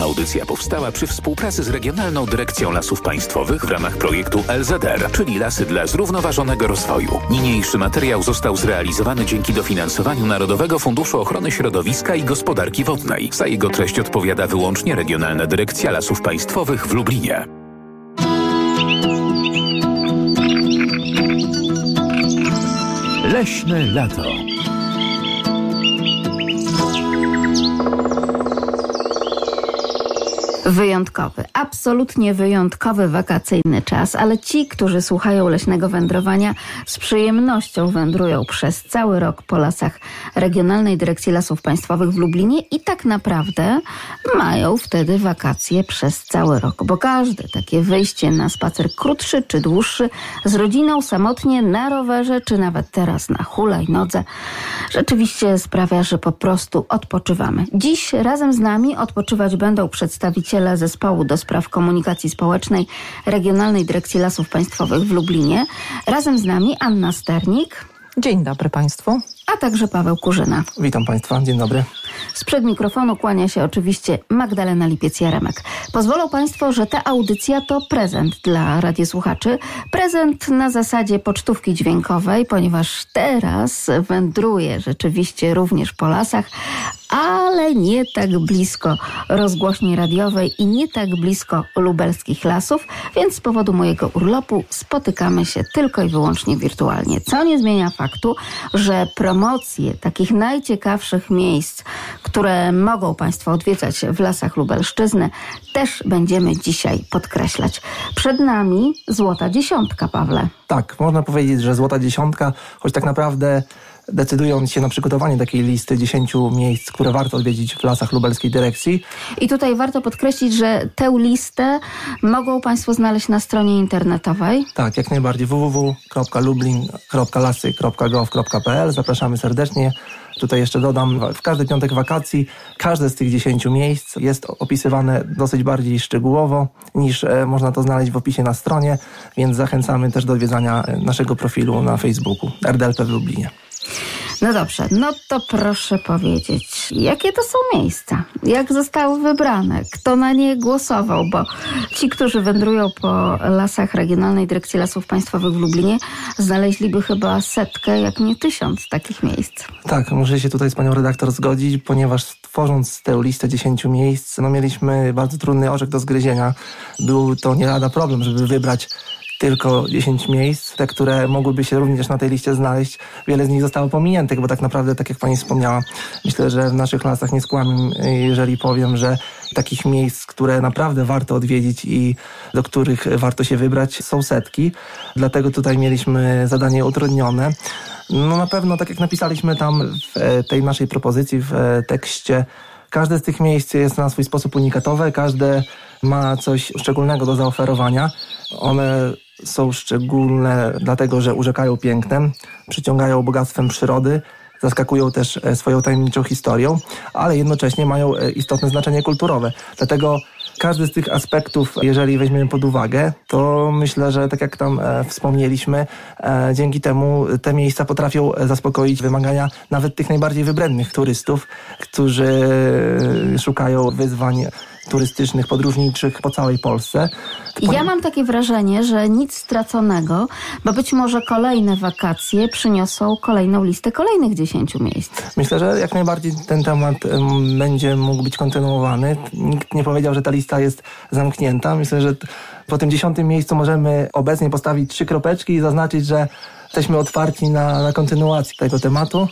Audycja powstała przy współpracy z Regionalną Dyrekcją Lasów Państwowych w ramach projektu LZR, czyli Lasy dla Zrównoważonego Rozwoju. Niniejszy materiał został zrealizowany dzięki dofinansowaniu Narodowego Funduszu Ochrony Środowiska i Gospodarki Wodnej. Za jego treść odpowiada wyłącznie Regionalna Dyrekcja Lasów Państwowych w Lublinie. Leśne lato. Wyjątkowy, absolutnie wyjątkowy wakacyjny czas, ale ci, którzy słuchają Leśnego Wędrowania, z przyjemnością wędrują przez cały rok po lasach Regionalnej Dyrekcji Lasów Państwowych w Lublinie i tak naprawdę mają wtedy wakacje przez cały rok, bo każde takie wyjście na spacer krótszy czy dłuższy z rodziną samotnie na rowerze, czy nawet teraz na hulajnodze, rzeczywiście sprawia, że po prostu odpoczywamy. Dziś razem z nami odpoczywać będą przedstawiciele Zespołu do Spraw Komunikacji Społecznej Regionalnej Dyrekcji Lasów Państwowych w Lublinie. Razem z nami Anna Sternik. Dzień dobry Państwu. A także Paweł Kurzyna. Witam Państwa, dzień dobry. Sprzed mikrofonu kłania się oczywiście Magdalena Lipiec-Jaremek. Pozwolą Państwo, że ta audycja to prezent dla radiosłuchaczy. Prezent na zasadzie pocztówki dźwiękowej, ponieważ teraz wędruję rzeczywiście również po lasach, ale nie tak blisko rozgłośni radiowej i nie tak blisko lubelskich lasów, więc z powodu mojego urlopu spotykamy się tylko i wyłącznie wirtualnie. Co nie zmienia faktu, że promocje takich najciekawszych miejsc, które mogą Państwo odwiedzać w lasach Lubelszczyzny, też będziemy dzisiaj podkreślać. Przed nami złota dziesiątka, Pawle. Tak, można powiedzieć, że złota dziesiątka, choć tak naprawdę decydując się na przygotowanie takiej listy 10 miejsc, które warto odwiedzić w lasach lubelskiej dyrekcji. I tutaj warto podkreślić, że tę listę mogą Państwo znaleźć na stronie internetowej. Tak, jak najbardziej. www.lublin.lasy.gov.pl. Zapraszamy serdecznie. Tutaj jeszcze dodam, w każdy piątek wakacji każde z tych 10 miejsc jest opisywane dosyć bardziej szczegółowo niż można to znaleźć w opisie na stronie, więc zachęcamy też do odwiedzania naszego profilu na Facebooku RDLP w Lublinie. No dobrze, no to proszę powiedzieć, jakie to są miejsca? Jak zostały wybrane? Kto na nie głosował? Bo ci, którzy wędrują po lasach Regionalnej Dyrekcji Lasów Państwowych w Lublinie, znaleźliby chyba 100, jak nie 1000 takich miejsc. Tak, muszę się tutaj z panią redaktor zgodzić, ponieważ tworząc tę listę 10 miejsc, mieliśmy bardzo trudny orzech do zgryzienia. Był to nie lada problem, żeby wybrać tylko 10 miejsc, te, które mogłyby się również na tej liście znaleźć. Wiele z nich zostało pominiętych, bo tak naprawdę, tak jak pani wspomniała, myślę, że w naszych lasach nie skłamię, jeżeli powiem, że takich miejsc, które naprawdę warto odwiedzić i do których warto się wybrać, są setki. Dlatego tutaj mieliśmy zadanie utrudnione. No na pewno, tak jak napisaliśmy tam w tej naszej propozycji, w tekście, każde z tych miejsc jest na swój sposób unikatowe, każde ma coś szczególnego do zaoferowania. One są szczególne dlatego, że urzekają pięknem, przyciągają bogactwem przyrody, zaskakują też swoją tajemniczą historią, ale jednocześnie mają istotne znaczenie kulturowe. Dlatego każdy z tych aspektów, jeżeli weźmiemy pod uwagę, to myślę, że tak jak tam wspomnieliśmy, dzięki temu te miejsca potrafią zaspokoić wymagania nawet tych najbardziej wybrednych turystów, którzy szukają wyzwań turystycznych, podróżniczych po całej Polsce. Ja mam takie wrażenie, że nic straconego, bo być może kolejne wakacje przyniosą kolejną listę kolejnych 10 miejsc. Myślę, że jak najbardziej ten temat będzie mógł być kontynuowany. Nikt nie powiedział, że ta lista jest zamknięta. Myślę, że po tym 10 miejscu możemy obecnie postawić 3 kropeczki i zaznaczyć, że jesteśmy otwarci na kontynuację tego tematu.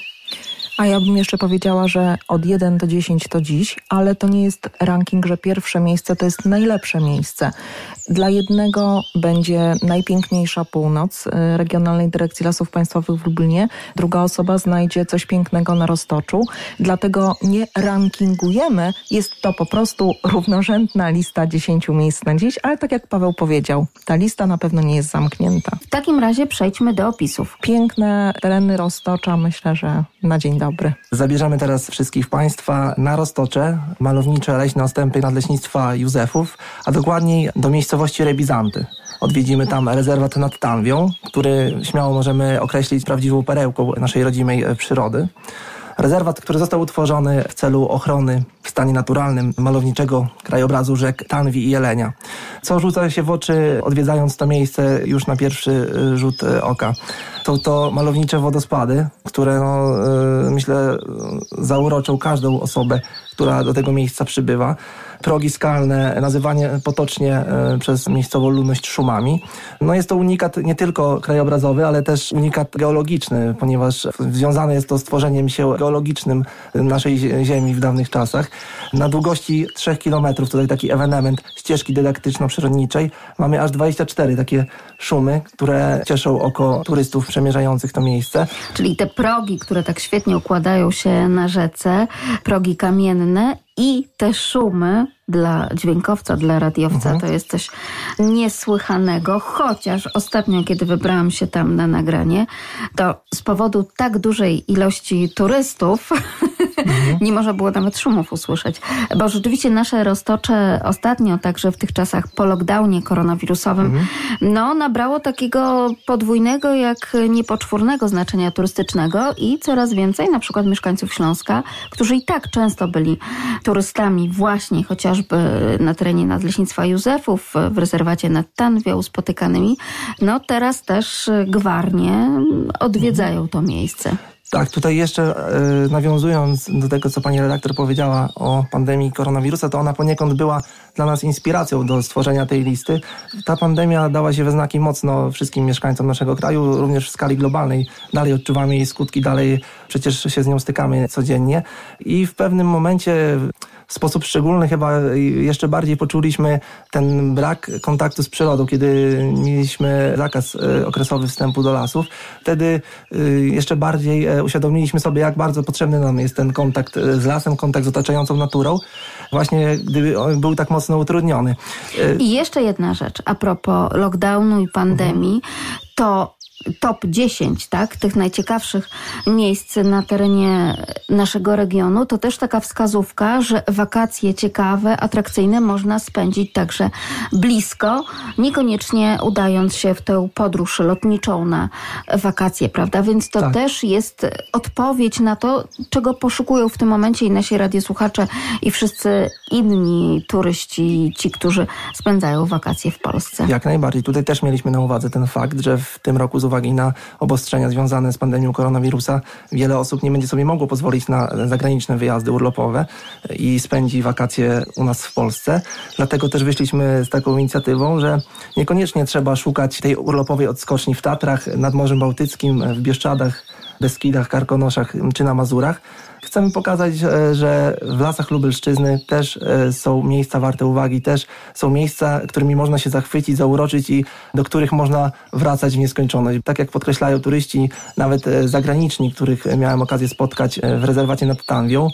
A ja bym jeszcze powiedziała, że od 1 do 10 to dziś, ale to nie jest ranking, że pierwsze miejsce to jest najlepsze miejsce. Dla jednego będzie najpiękniejsza północ Regionalnej Dyrekcji Lasów Państwowych w Lublinie, druga osoba znajdzie coś pięknego na Roztoczu. Dlatego nie rankingujemy, jest to po prostu równorzędna lista 10 miejsc na dziś, ale tak jak Paweł powiedział, ta lista na pewno nie jest zamknięta. W takim razie przejdźmy do opisów. Piękne tereny Roztocza, myślę, że na dzień dobry. Zabierzemy teraz wszystkich Państwa na Roztocze, malownicze leśne ostępy Nadleśnictwa Józefów, a dokładniej do miejscowości Rebizanty. Odwiedzimy tam rezerwat nad Tanwią, który śmiało możemy określić prawdziwą perełką naszej rodzimej przyrody. Rezerwat, który został utworzony w celu ochrony w stanie naturalnym malowniczego krajobrazu rzek Tanwi i Jelenia. Co rzuca się w oczy, odwiedzając to miejsce już na pierwszy rzut oka? Są to malownicze wodospady, które myślę zauroczą każdą osobę, która do tego miejsca przybywa. Progi skalne, nazywanie potocznie przez miejscową ludność szumami. Jest to unikat nie tylko krajobrazowy, ale też unikat geologiczny, ponieważ związane jest to z tworzeniem się geologicznym naszej ziemi w dawnych czasach. Na długości 3 km, tutaj taki ewenement ścieżki dydaktyczno-przyrodniczej, mamy aż 24 takie szumy, które cieszą oko turystów przemierzających to miejsce. Czyli te progi, które tak świetnie układają się na rzece, progi kamienne i te szumy dla dźwiękowca, dla radiowca, to jest coś niesłychanego, chociaż ostatnio, kiedy wybrałam się tam na nagranie, to z powodu tak dużej ilości turystów nie można było nawet szumów usłyszeć, bo rzeczywiście nasze Roztocze ostatnio, także w tych czasach po lockdownie koronawirusowym, nabrało takiego podwójnego, jak nie poczwórnego znaczenia turystycznego i coraz więcej na przykład mieszkańców Śląska, którzy i tak często byli turystami właśnie chociażby na terenie Nadleśnictwa Józefów, w rezerwacie nad Tanwią spotykanymi, teraz też gwarnie odwiedzają to miejsce. Tak, tutaj jeszcze nawiązując do tego, co pani redaktor powiedziała o pandemii koronawirusa, to ona poniekąd była dla nas inspiracją do stworzenia tej listy. Ta pandemia dała się we znaki mocno wszystkim mieszkańcom naszego kraju, również w skali globalnej. Dalej odczuwamy jej skutki, dalej przecież się z nią stykamy codziennie i w pewnym momencie w sposób szczególny chyba jeszcze bardziej poczuliśmy ten brak kontaktu z przyrodą, kiedy mieliśmy zakaz okresowy wstępu do lasów. Wtedy jeszcze bardziej uświadomiliśmy sobie, jak bardzo potrzebny nam jest ten kontakt z lasem, kontakt z otaczającą naturą, właśnie gdyby był tak mocno utrudniony. I jeszcze jedna rzecz, a propos lockdownu i pandemii, to top 10, tak, tych najciekawszych miejsc na terenie naszego regionu, to też taka wskazówka, że wakacje ciekawe, atrakcyjne można spędzić także blisko, niekoniecznie udając się w tę podróż lotniczą na wakacje, prawda? Więc to też jest odpowiedź na to, czego poszukują w tym momencie i nasi radiosłuchacze i wszyscy inni turyści, ci, którzy spędzają wakacje w Polsce. Jak najbardziej. Tutaj też mieliśmy na uwadze ten fakt, że w tym roku z uwagi na obostrzenia związane z pandemią koronawirusa wiele osób nie będzie sobie mogło pozwolić na zagraniczne wyjazdy urlopowe i spędzi wakacje u nas w Polsce. Dlatego też wyszliśmy z taką inicjatywą, że niekoniecznie trzeba szukać tej urlopowej odskoczni w Tatrach, nad Morzem Bałtyckim, w Bieszczadach, Beskidach, Karkonoszach czy na Mazurach. Chcemy pokazać, że w lasach Lubelszczyzny też są miejsca warte uwagi, też są miejsca, którymi można się zachwycić, zauroczyć i do których można wracać w nieskończoność. Tak jak podkreślają turyści, nawet zagraniczni, których miałem okazję spotkać w rezerwacie nad Tanwią.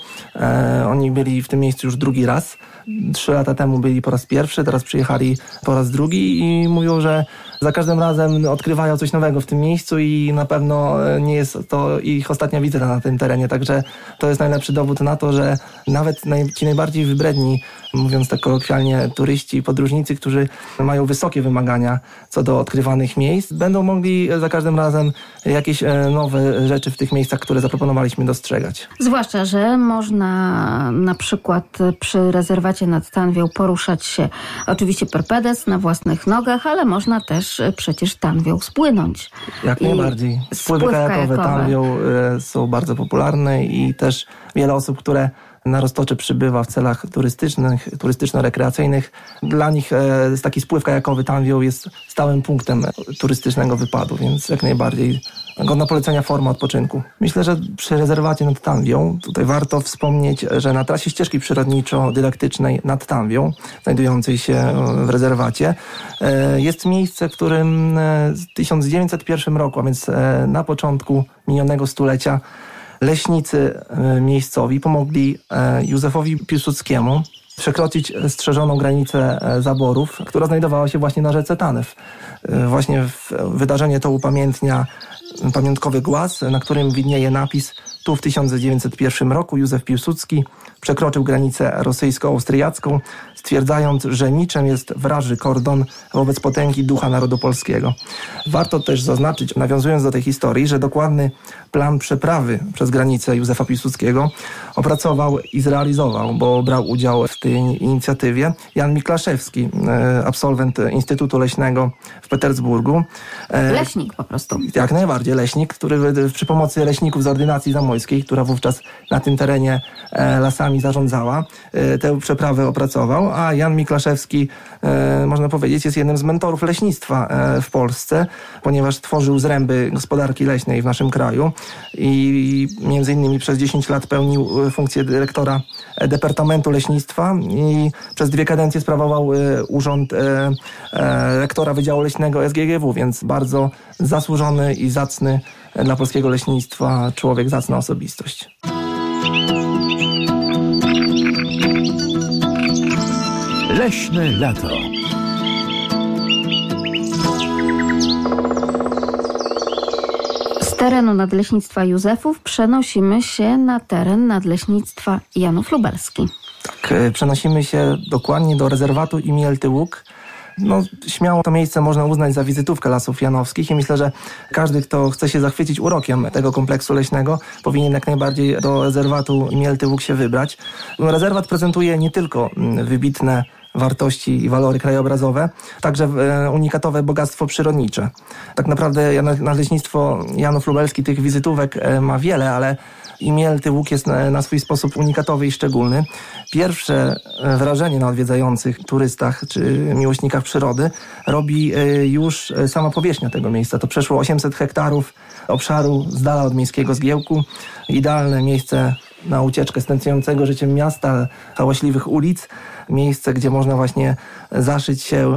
Oni byli w tym miejscu już drugi raz. 3 lata temu byli po raz pierwszy, teraz przyjechali po raz drugi i mówią, że za każdym razem odkrywają coś nowego w tym miejscu i na pewno nie jest to ich ostatnia wizyta na tym terenie. Także to jest najlepszy dowód na to, że nawet ci najbardziej wybredni, mówiąc tak kolokwialnie, turyści, podróżnicy, którzy mają wysokie wymagania co do odkrywanych miejsc, będą mogli za każdym razem jakieś nowe rzeczy w tych miejscach, które zaproponowaliśmy, dostrzegać. Zwłaszcza, że można na przykład przy rezerwacie nad Tanwią poruszać się oczywiście per pedes na własnych nogach, ale można też przecież Tanwią spłynąć. Jak najbardziej. Spływy kajakowe Tanwią są bardzo popularne i też wiele osób, które na Roztocze przybywa w celach turystycznych, turystyczno-rekreacyjnych. Dla nich taki spływ kajakowy Tanwią jest stałym punktem turystycznego wypadu, więc jak najbardziej godna polecenia forma odpoczynku. Myślę, że przy rezerwacie nad Tanwią tutaj warto wspomnieć, że na trasie ścieżki przyrodniczo-dydaktycznej nad Tanwią, znajdującej się w rezerwacie, jest miejsce, w którym w 1901 roku, a więc na początku minionego stulecia, leśnicy miejscowi pomogli Józefowi Piłsudskiemu przekroczyć strzeżoną granicę zaborów, która znajdowała się właśnie na rzece Tanew. Właśnie wydarzenie to upamiętnia pamiątkowy głaz, na którym widnieje napis: tu w 1901 roku Józef Piłsudski przekroczył granicę rosyjsko-austriacką, stwierdzając, że niczym jest wraży kordon wobec potęgi ducha narodu polskiego. Warto też zaznaczyć, nawiązując do tej historii, że dokładny plan przeprawy przez granicę Józefa Piłsudskiego opracował i zrealizował, bo brał udział w tej inicjatywie Jan Miklaszewski, absolwent Instytutu Leśnego w Petersburgu. Leśnik po prostu. Jak najbardziej leśnik, który przy pomocy leśników z ordynacji zamojskiej, która wówczas na tym terenie lasami zarządzała, tę przeprawę opracował, a Jan Miklaszewski, można powiedzieć, jest jednym z mentorów leśnictwa w Polsce, ponieważ tworzył zręby gospodarki leśnej w naszym kraju i między innymi przez 10 lat pełnił funkcję dyrektora Departamentu Leśnictwa i przez 2 kadencje sprawował urząd rektora Wydziału Leśnego SGGW, więc bardzo zasłużony i zacny dla polskiego leśnictwa człowiek, zacna osobistość. Leśne lato. Z terenu Nadleśnictwa Józefów przenosimy się na teren Nadleśnictwa Janów Lubelski. Tak, przenosimy się dokładnie do rezerwatu im. Elty Łuk. Śmiało to miejsce można uznać za wizytówkę Lasów Janowskich i myślę, że każdy, kto chce się zachwycić urokiem tego kompleksu leśnego, powinien jak najbardziej do rezerwatu im. Elty Łuk się wybrać. Rezerwat prezentuje nie tylko wybitne wartości i walory krajobrazowe, także unikatowe bogactwo przyrodnicze. Tak naprawdę Nadleśnictwo Janów Lubelski tych wizytówek ma wiele, ale im. Elty Łuk jest na swój sposób unikatowy i szczególny. Pierwsze wrażenie na odwiedzających turystach czy miłośnikach przyrody robi już sama powierzchnia tego miejsca. To przeszło 800 hektarów obszaru z dala od miejskiego zgiełku. Idealne miejsce na ucieczkę z tętniącego życiem miasta, hałaśliwych ulic. Miejsce, gdzie można właśnie zaszyć się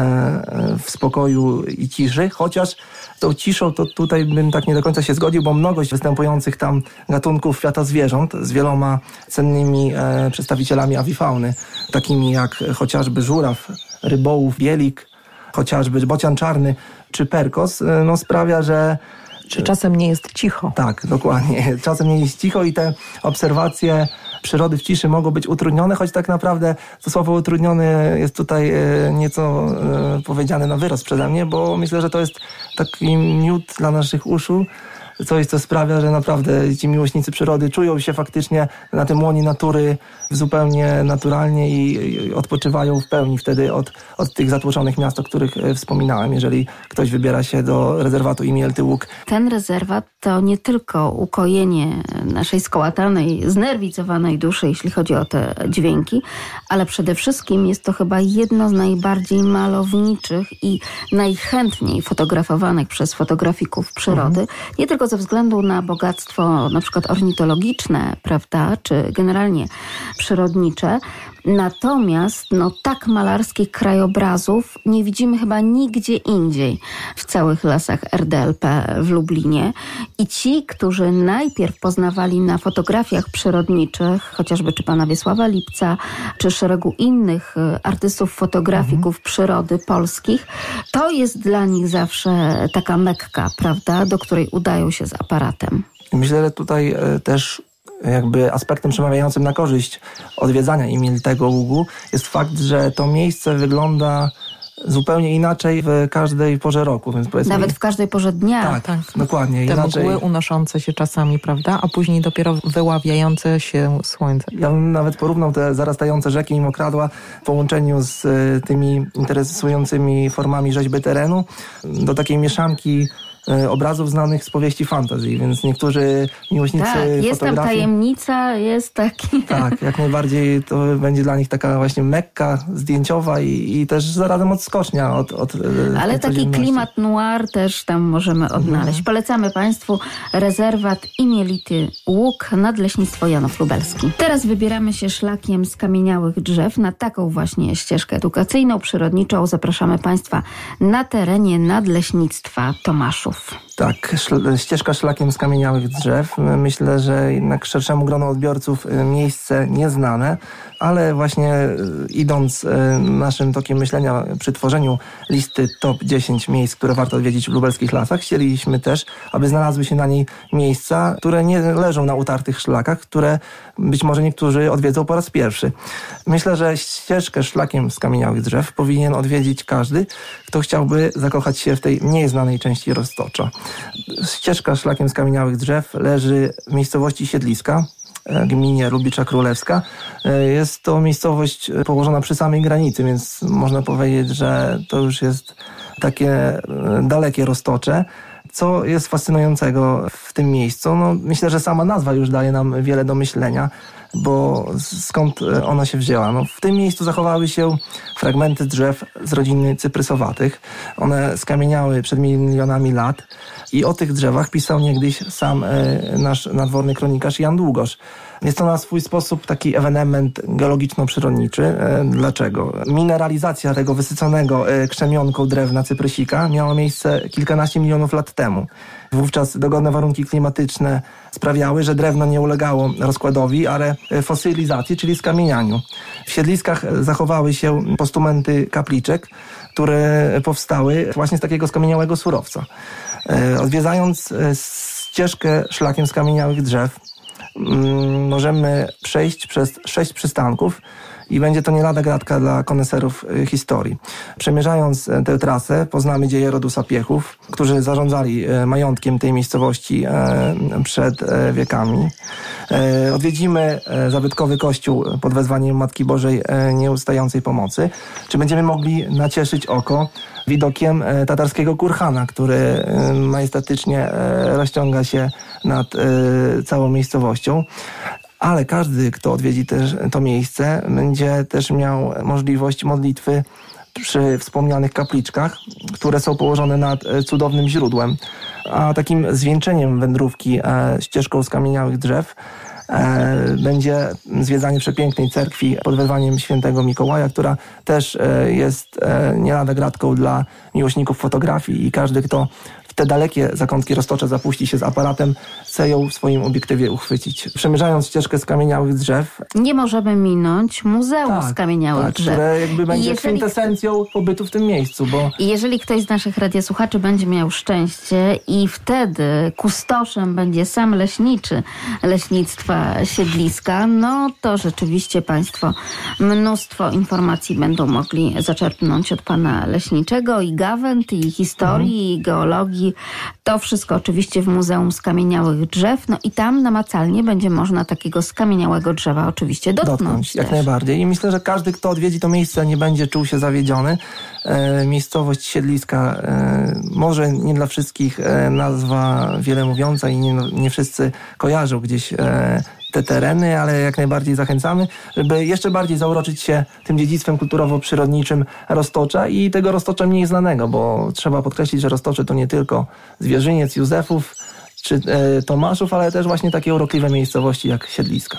w spokoju i ciszy, chociaż tą ciszą to tutaj bym tak nie do końca się zgodził, bo mnogość występujących tam gatunków świata zwierząt z wieloma cennymi przedstawicielami awifauny, takimi jak chociażby żuraw, rybołów, bielik, chociażby bocian czarny czy perkos, sprawia, że Czy czasem nie jest cicho? Tak, dokładnie. Czasem nie jest cicho i te obserwacje przyrody w ciszy mogą być utrudnione, choć tak naprawdę to słowo utrudniony jest tutaj nieco powiedziane na wyrost przeze mnie, bo myślę, że to jest taki miód dla naszych uszu, coś, co sprawia, że naprawdę ci miłośnicy przyrody czują się faktycznie na tym łonie natury zupełnie naturalnie i odpoczywają w pełni wtedy od tych zatłoczonych miast, o których wspominałem, jeżeli ktoś wybiera się do rezerwatu im. Elty Łuk. Ten rezerwat to nie tylko ukojenie naszej skołatanej, znerwicowanej duszy, jeśli chodzi o te dźwięki, ale przede wszystkim jest to chyba jedno z najbardziej malowniczych i najchętniej fotografowanych przez fotografików przyrody. Nie tylko ze względu na bogactwo na przykład ornitologiczne, prawda, czy generalnie przyrodnicze. Natomiast tak malarskich krajobrazów nie widzimy chyba nigdzie indziej w całych lasach RDLP w Lublinie. I ci, którzy najpierw poznawali na fotografiach przyrodniczych, chociażby czy pana Wiesława Lipca, czy szeregu innych artystów, fotografików przyrody polskich, to jest dla nich zawsze taka Mekka, prawda, do której udają się z aparatem. Myślę, że tutaj też jakby aspektem przemawiającym na korzyść odwiedzania im. Eltego Ługu jest fakt, że to miejsce wygląda zupełnie inaczej w każdej porze roku. Więc powiedzmy, nawet w każdej porze dnia. Tak, dokładnie. Te inaczej. mgły unoszące się czasami, prawda? A później dopiero wyławiające się słońce. Ja bym nawet porównał te zarastające rzeki i mokradła w połączeniu z tymi interesującymi formami rzeźby terenu do takiej mieszanki obrazów znanych z powieści fantazji, więc niektórzy miłośnicy fotografii... jest tam tajemnica, jest taki... Tak, jak najbardziej to będzie dla nich taka właśnie Mekka zdjęciowa i też zarazem odskocznia od ale taki klimat noir też tam możemy odnaleźć. Polecamy Państwu rezerwat im. Elty Łuk, Nadleśnictwo Janów Lubelski. Teraz wybieramy się szlakiem skamieniałych drzew na taką właśnie ścieżkę edukacyjną, przyrodniczą. Zapraszamy Państwa na terenie Nadleśnictwa Tomaszów. Tak, ścieżka szlakiem skamieniałych drzew. Myślę, że jednak szerszemu gronu odbiorców miejsce nieznane, ale właśnie idąc naszym tokiem myślenia przy tworzeniu listy top 10 miejsc, które warto odwiedzić w lubelskich lasach, chcieliśmy też, aby znalazły się na niej miejsca, które nie leżą na utartych szlakach, które być może niektórzy odwiedzą po raz pierwszy. Myślę, że ścieżkę szlakiem skamieniałych drzew powinien odwiedzić każdy, kto chciałby zakochać się w tej mniej znanej części Roztocza. Ścieżka szlakiem skamieniałych drzew leży w miejscowości Siedliska, gminie Lubicza Królewska. Jest to miejscowość położona przy samej granicy, więc można powiedzieć, że to już jest takie dalekie Roztocze. Co jest fascynującego w tym miejscu? No, myślę, że sama nazwa już daje nam wiele do myślenia, bo skąd ona się wzięła? No, w tym miejscu zachowały się fragmenty drzew z rodziny cyprysowatych. One skamieniały przed milionami lat i o tych drzewach pisał niegdyś sam nasz nadworny kronikarz Jan Długosz. Jest to na swój sposób taki ewenement geologiczno-przyrodniczy. Dlaczego? Mineralizacja tego wysyconego krzemionką drewna cyprysika miała miejsce kilkanaście milionów lat temu. Wówczas dogodne warunki klimatyczne sprawiały, że drewno nie ulegało rozkładowi, ale fosylizacji, czyli skamienianiu. W Siedliskach zachowały się postumenty kapliczek, które powstały właśnie z takiego skamieniałego surowca. Odwiedzając ścieżkę szlakiem skamieniałych drzew, możemy przejść przez 6 przystanków i będzie to nie lada gratka dla koneserów historii. Przemierzając tę trasę poznamy dzieje rodu Sapiehów, którzy zarządzali majątkiem tej miejscowości przed wiekami. Odwiedzimy zabytkowy kościół pod wezwaniem Matki Bożej Nieustającej Pomocy. Czy będziemy mogli nacieszyć oko widokiem tatarskiego kurhana, który majestatycznie rozciąga się nad całą miejscowością. Ale każdy, kto odwiedzi też to miejsce, będzie też miał możliwość modlitwy przy wspomnianych kapliczkach, które są położone nad cudownym źródłem. A takim zwieńczeniem wędrówki ścieżką skamieniałych drzew będzie zwiedzanie przepięknej cerkwi pod wezwaniem świętego Mikołaja, która też jest nie lada gratką dla miłośników fotografii i każdy, kto w te dalekie zakątki Roztocza zapuści się z aparatem, chce ją w swoim obiektywie uchwycić. Przemierzając ścieżkę skamieniałych drzew, nie możemy minąć Muzeum Skamieniałych Drzew. Które jakby będzie kwintesencją pobytu w tym miejscu. I jeżeli ktoś z naszych radiosłuchaczy będzie miał szczęście i wtedy kustoszem będzie sam leśniczy Leśnictwa Siedliska, no to rzeczywiście Państwo mnóstwo informacji będą mogli zaczerpnąć od pana leśniczego i gawęd, i historii, i geologii. To wszystko oczywiście w Muzeum Skamieniałych Drzew. No i tam namacalnie będzie można takiego skamieniałego drzewa oczywiście dotknąć. Jak najbardziej. I myślę, że każdy, kto odwiedzi to miejsce, nie będzie czuł się zawiedziony. Miejscowość Siedliska może nie dla wszystkich nazwa wiele mówiąca i nie wszyscy kojarzą gdzieś te tereny, ale jak najbardziej zachęcamy, żeby jeszcze bardziej zauroczyć się tym dziedzictwem kulturowo-przyrodniczym Roztocza i tego Roztocza mniej znanego, bo trzeba podkreślić, że Roztocze to nie tylko Zwierzyniec, Józefów czy Tomaszów, ale też właśnie takie urokliwe miejscowości jak Siedliska.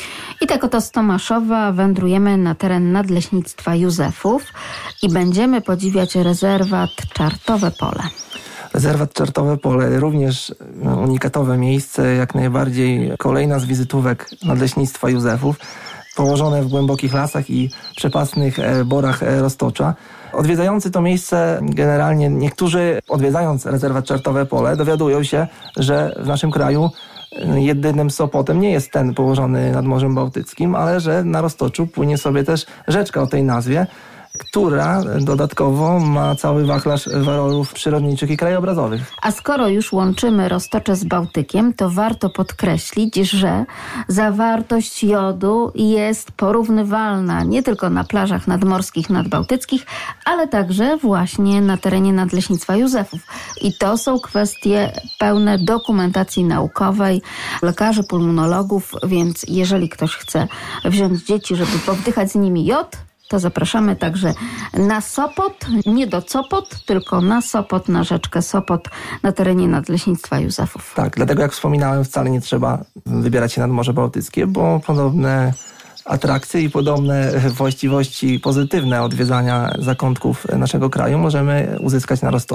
I tak oto z Tomaszowa wędrujemy na teren Nadleśnictwa Józefów i będziemy podziwiać rezerwat Czartowe Pole. Rezerwat Czartowe Pole, również unikatowe miejsce, jak najbardziej kolejna z wizytówek Nadleśnictwa Józefów, położone w głębokich lasach i przepastnych borach Roztocza. Odwiedzający to miejsce generalnie, niektórzy odwiedzając rezerwat Czartowe Pole dowiadują się, że w naszym kraju jedynym Sopotem nie jest ten położony nad Morzem Bałtyckim, ale że na Roztoczu płynie sobie też rzeczka o tej nazwie, która dodatkowo ma cały wachlarz walorów przyrodniczych i krajobrazowych. A skoro już łączymy Roztocze z Bałtykiem, to warto podkreślić, że zawartość jodu jest porównywalna nie tylko na plażach nadmorskich, nadbałtyckich, ale także właśnie na terenie Nadleśnictwa Józefów. I to są kwestie pełne dokumentacji naukowej, lekarzy, pulmonologów, więc jeżeli ktoś chce wziąć dzieci, żeby powdychać z nimi jod, to zapraszamy także na Sopot, nie do Copot, tylko na Sopot, na rzeczkę Sopot, na terenie Nadleśnictwa Józefów. Tak, dlatego jak wspominałem, wcale nie trzeba wybierać się nad Morze Bałtyckie, bo podobne atrakcje i podobne właściwości pozytywne odwiedzania zakątków naszego kraju możemy uzyskać na Roztoczu.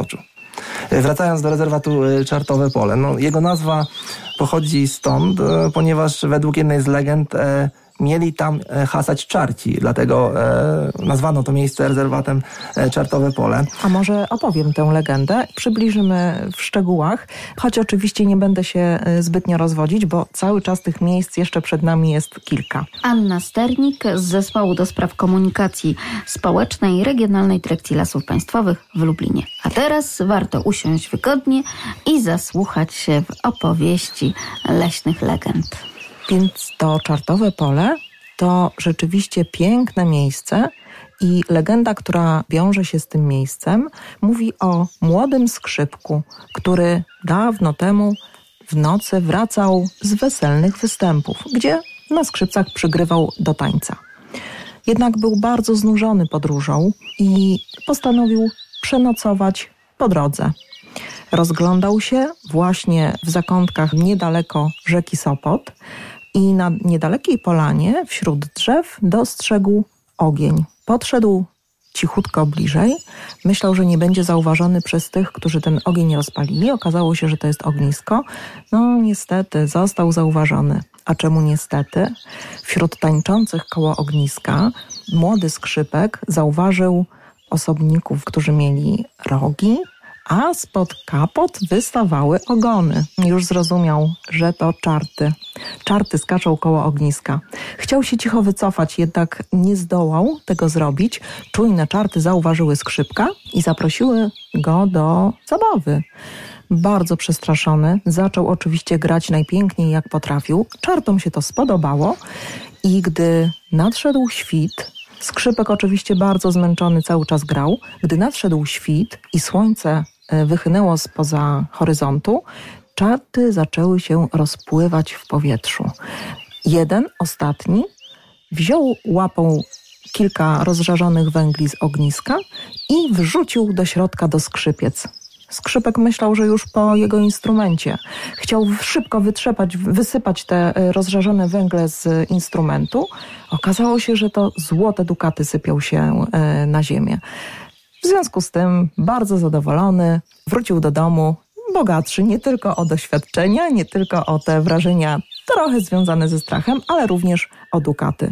Wracając do rezerwatu Czartowe Pole, jego nazwa pochodzi stąd, ponieważ według jednej z legend mieli tam hasać czarci, dlatego nazwano to miejsce rezerwatem Czartowe Pole. A może opowiem tę legendę, przybliżymy w szczegółach, choć oczywiście nie będę się zbytnio rozwodzić, bo cały czas tych miejsc jeszcze przed nami jest kilka. Anna Sternik z Zespołu do Spraw Komunikacji Społecznej Regionalnej Dyrekcji Lasów Państwowych w Lublinie. A teraz warto usiąść wygodnie i zasłuchać się w opowieści leśnych legend. Więc to Czartowe Pole to rzeczywiście piękne miejsce i legenda, która wiąże się z tym miejscem, mówi o młodym skrzypku, który dawno temu w nocy wracał z weselnych występów, gdzie na skrzypcach przygrywał do tańca. Jednak był bardzo znużony podróżą i postanowił przenocować po drodze. Rozglądał się właśnie w zakątkach niedaleko rzeki Sopot i na niedalekiej polanie wśród drzew dostrzegł ogień. Podszedł cichutko bliżej. Myślał, że nie będzie zauważony przez tych, którzy ten ogień rozpalili. Okazało się, że to jest ognisko. Niestety został zauważony. A czemu niestety? Wśród tańczących koło ogniska młody skrzypek zauważył osobników, którzy mieli rogi, a spod kapot wystawały ogony. Już zrozumiał, że to czarty. Czarty skaczą koło ogniska. Chciał się cicho wycofać, jednak nie zdołał tego zrobić. Czujne czarty zauważyły skrzypka i zaprosiły go do zabawy. Bardzo przestraszony, zaczął oczywiście grać najpiękniej jak potrafił. Czartom się to spodobało i gdy nadszedł świt, skrzypek oczywiście bardzo zmęczony cały czas grał. Gdy nadszedł świt i słońce wychynęło spoza horyzontu, czarty zaczęły się rozpływać w powietrzu. Jeden, ostatni, wziął łapą kilka rozżarzonych węgli z ogniska i wrzucił do środka do skrzypiec. Skrzypek myślał, że już po jego instrumencie. Chciał szybko wysypać te rozżarzone węgle z instrumentu. Okazało się, że to złote dukaty sypią się na ziemię. W związku z tym bardzo zadowolony wrócił do domu, bogatszy nie tylko o doświadczenia, nie tylko o te wrażenia trochę związane ze strachem, ale również o dukaty.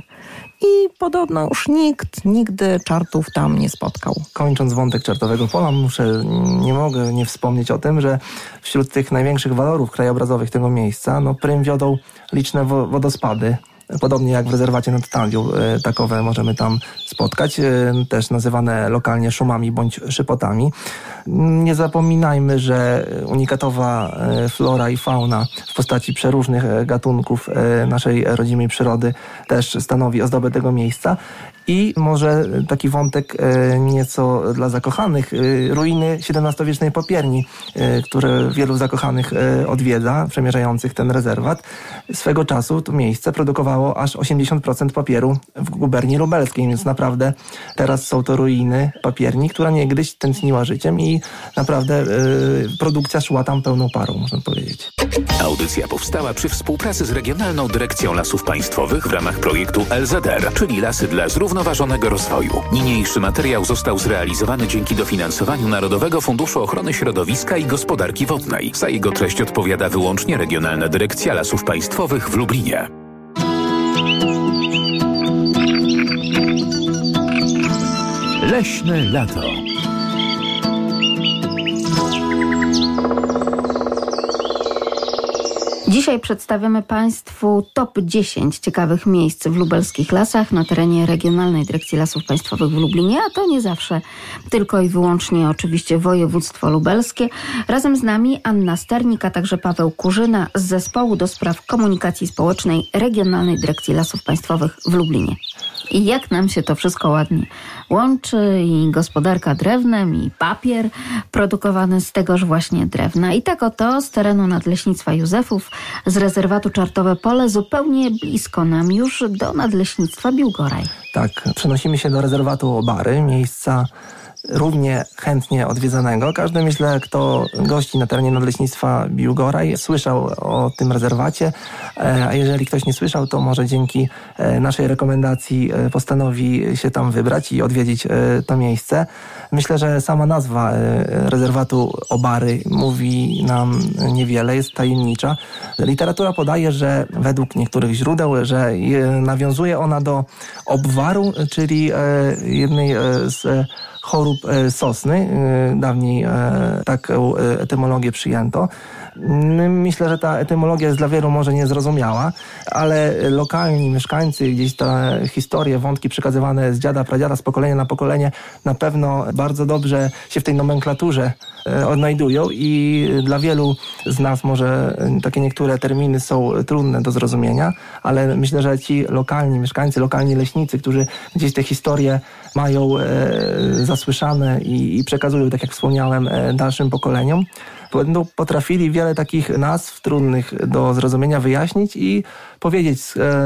I podobno już nikt nigdy czartów tam nie spotkał. Kończąc wątek Czartowego Pola, nie mogę nie wspomnieć o tym, że wśród tych największych walorów krajobrazowych tego miejsca prym wiodą liczne wodospady. Podobnie jak w rezerwacie nad Talią, takowe możemy tam spotkać, też nazywane lokalnie szumami bądź szypotami. Nie zapominajmy, że unikatowa flora i fauna w postaci przeróżnych gatunków naszej rodzimej przyrody też stanowi ozdobę tego miejsca. I może taki wątek nieco dla zakochanych, ruiny XVII-wiecznej Popierni, które wielu zakochanych odwiedza, przemierzających ten rezerwat. Swego czasu to miejsce produkowało aż 80% papieru w guberni lubelskiej, więc naprawdę teraz są to ruiny papierni, która niegdyś tętniła życiem i naprawdę produkcja szła tam pełną parą, można powiedzieć. Audycja powstała przy współpracy z Regionalną Dyrekcją Lasów Państwowych w ramach projektu LZR, czyli Lasy dla Zrównoważonego Rozwoju. Niniejszy materiał został zrealizowany dzięki dofinansowaniu Narodowego Funduszu Ochrony Środowiska i Gospodarki Wodnej. Za jego treść odpowiada wyłącznie Regionalna Dyrekcja Lasów Państwowych w Lublinie. Leśne lato. Dzisiaj przedstawiamy Państwu top 10 ciekawych miejsc w lubelskich lasach na terenie Regionalnej Dyrekcji Lasów Państwowych w Lublinie, a to nie zawsze tylko i wyłącznie oczywiście województwo lubelskie. Razem z nami Anna Sternik, a także Paweł Kurzyna z Zespołu do Spraw Komunikacji Społecznej Regionalnej Dyrekcji Lasów Państwowych w Lublinie. I jak nam się to wszystko ładnie łączy, i gospodarka drewnem, i papier produkowany z tegoż właśnie drewna. I tak oto z terenu Nadleśnictwa Józefów, z rezerwatu Czartowe Pole, zupełnie blisko nam już do Nadleśnictwa Biłgoraj. Tak, przenosimy się do rezerwatu Obary, miejsca równie chętnie odwiedzanego. Każdy, myślę, kto gości na terenie Nadleśnictwa Biłgoraj, słyszał o tym rezerwacie, a jeżeli ktoś nie słyszał, to może dzięki naszej rekomendacji postanowi się tam wybrać i odwiedzić to miejsce. Myślę, że sama nazwa rezerwatu Obary mówi nam niewiele, jest tajemnicza. Literatura podaje, że według niektórych źródeł, że nawiązuje ona do obwaru, czyli jednej z chorób sosny. Dawniej taką etymologię przyjęto. Myślę, że ta etymologia jest dla wielu może niezrozumiała, ale lokalni mieszkańcy, gdzieś te historie, wątki przekazywane z dziada, pradziada, z pokolenia na pokolenie na pewno bardzo dobrze się w tej nomenklaturze odnajdują i dla wielu z nas może takie niektóre terminy są trudne do zrozumienia, ale myślę, że ci lokalni mieszkańcy, lokalni leśnicy, którzy gdzieś te historie mają zasłyszane i przekazują, tak jak wspomniałem, dalszym pokoleniom, będą potrafili wiele takich nazw trudnych do zrozumienia wyjaśnić i powiedzieć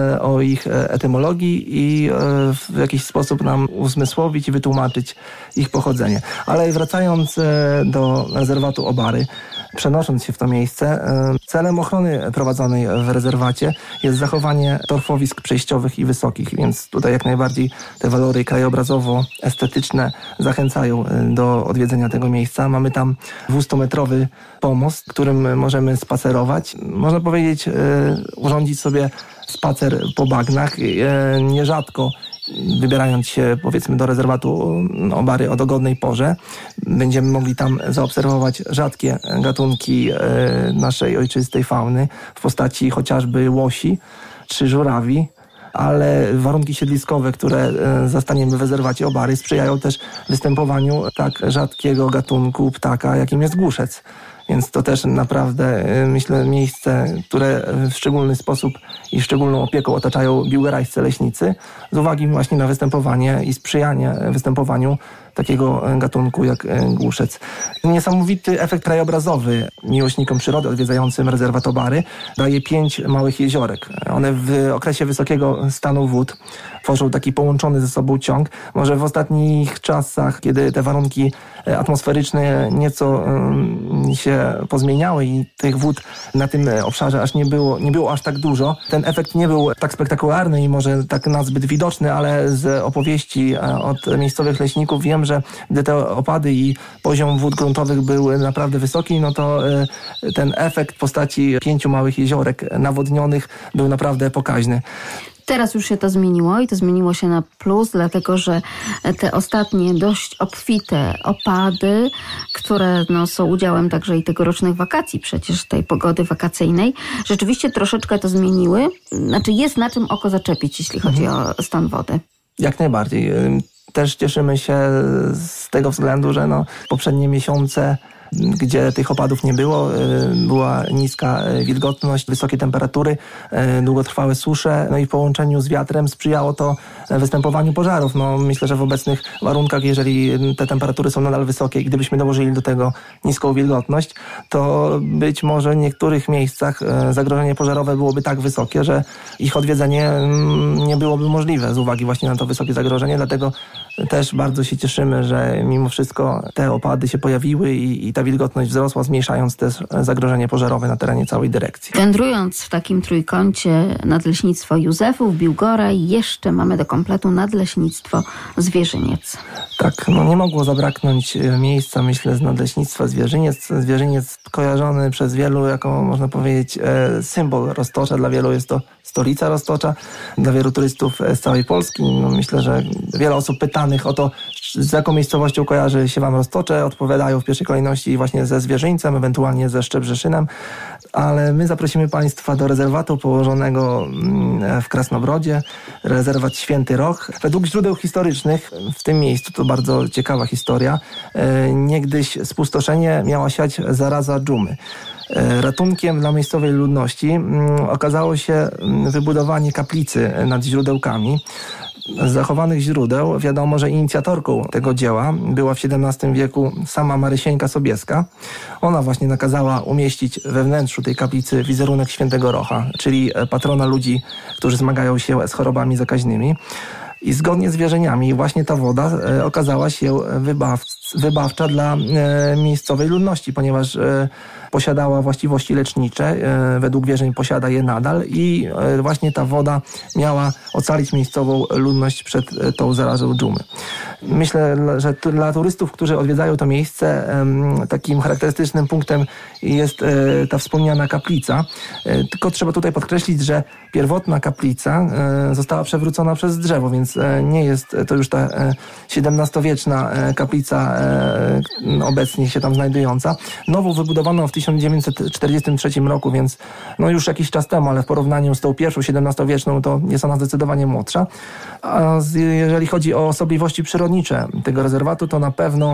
o ich etymologii i w jakiś sposób nam uzmysłowić i wytłumaczyć ich pochodzenie. Ale wracając do rezerwatu Obary, przenosząc się w to miejsce, celem ochrony prowadzonej w rezerwacie jest zachowanie torfowisk przejściowych i wysokich, więc tutaj jak najbardziej te walory krajobrazowo-estetyczne zachęcają do odwiedzenia tego miejsca. Mamy tam 200-metrowy pomost, którym możemy spacerować. Można powiedzieć, urządzić sobie spacer po bagnach. Nierzadko wybierając się, powiedzmy, do rezerwatu Obary o dogodnej porze, będziemy mogli tam zaobserwować rzadkie gatunki naszej ojczystej fauny w postaci chociażby łosi czy żurawi, ale warunki siedliskowe, które zastaniemy w rezerwacie Obary, sprzyjają też występowaniu tak rzadkiego gatunku ptaka, jakim jest głuszec. Więc to też naprawdę, myślę, miejsce, które w szczególny sposób i szczególną opieką otaczają biłgorajscy leśnicy z uwagi właśnie na występowanie i sprzyjanie występowaniu takiego gatunku jak głuszec. Niesamowity efekt krajobrazowy miłośnikom przyrody odwiedzającym rezerwat Obary daje 5 małych jeziorek. One w okresie wysokiego stanu wód tworzą taki połączony ze sobą ciąg. Może w ostatnich czasach, kiedy te warunki atmosferyczne nieco się pozmieniały i tych wód na tym obszarze aż nie było aż tak dużo. Ten efekt nie był tak spektakularny i może tak nazbyt widoczny, ale z opowieści od miejscowych leśników wiem, że gdy te opady i poziom wód gruntowych był naprawdę wysoki, no to ten efekt w postaci 5 małych jeziorek nawodnionych był naprawdę pokaźny. Teraz już się to zmieniło i to zmieniło się na plus, dlatego że te ostatnie dość obfite opady, które są udziałem także i tegorocznych wakacji, przecież tej pogody wakacyjnej, rzeczywiście troszeczkę to zmieniły. Znaczy jest na czym oko zaczepić, jeśli chodzi o stan wody. Jak najbardziej. Też cieszymy się z tego względu, że poprzednie miesiące, gdzie tych opadów nie było, była niska wilgotność, wysokie temperatury, długotrwałe susze, i w połączeniu z wiatrem sprzyjało to występowaniu pożarów. Myślę, że w obecnych warunkach, jeżeli te temperatury są nadal wysokie i gdybyśmy dołożyli do tego niską wilgotność, to być może w niektórych miejscach zagrożenie pożarowe byłoby tak wysokie, że ich odwiedzenie nie byłoby możliwe z uwagi właśnie na to wysokie zagrożenie, dlatego też bardzo się cieszymy, że mimo wszystko te opady się pojawiły i ta wilgotność wzrosła, zmniejszając też zagrożenie pożarowe na terenie całej dyrekcji. Wędrując w takim trójkącie Nadleśnictwo Józefów, Biłgoraj, jeszcze mamy do kompletu Nadleśnictwo Zwierzyniec. Tak, nie mogło zabraknąć miejsca, myślę, z Nadleśnictwa Zwierzyniec. Zwierzyniec kojarzony przez wielu jako, można powiedzieć, symbol Roztocza. Dla wielu jest to stolica Roztocza, dla wielu turystów z całej Polski. Myślę, że wiele osób pytanych o to, z jaką miejscowością kojarzy się wam Roztocze, odpowiadają w pierwszej kolejności właśnie ze Zwierzyńcem, ewentualnie ze Szczebrzeszynem, ale my zaprosimy Państwa do rezerwatu położonego w Krasnobrodzie, rezerwat Święty Roch. Według źródeł historycznych w tym miejscu, to bardzo ciekawa historia, niegdyś spustoszenie miała siać zaraza dżumy. Ratunkiem dla miejscowej ludności okazało się wybudowanie kaplicy nad źródełkami. Z zachowanych źródeł wiadomo, że inicjatorką tego dzieła była w XVII wieku sama Marysieńka Sobieska. Ona właśnie nakazała umieścić we wnętrzu tej kaplicy wizerunek Świętego Rocha, czyli patrona ludzi, którzy zmagają się z chorobami zakaźnymi. I zgodnie z wierzeniami właśnie ta woda okazała się wybawcza dla miejscowej ludności, ponieważ posiadała właściwości lecznicze, według wierzeń posiada je nadal i właśnie ta woda miała ocalić miejscową ludność przed tą zarazą dżumy. Myślę, że dla turystów, którzy odwiedzają to miejsce, takim charakterystycznym punktem jest ta wspomniana kaplica. Tylko trzeba tutaj podkreślić, że pierwotna kaplica została przewrócona przez drzewo, więc nie jest to już ta XVII-wieczna kaplica obecnie się tam znajdująca. Nową wybudowano w 1943 roku, więc już jakiś czas temu, ale w porównaniu z tą pierwszą XVII-wieczną to jest ona zdecydowanie młodsza. A jeżeli chodzi o osobliwości przyrodnicze tego rezerwatu, to na pewno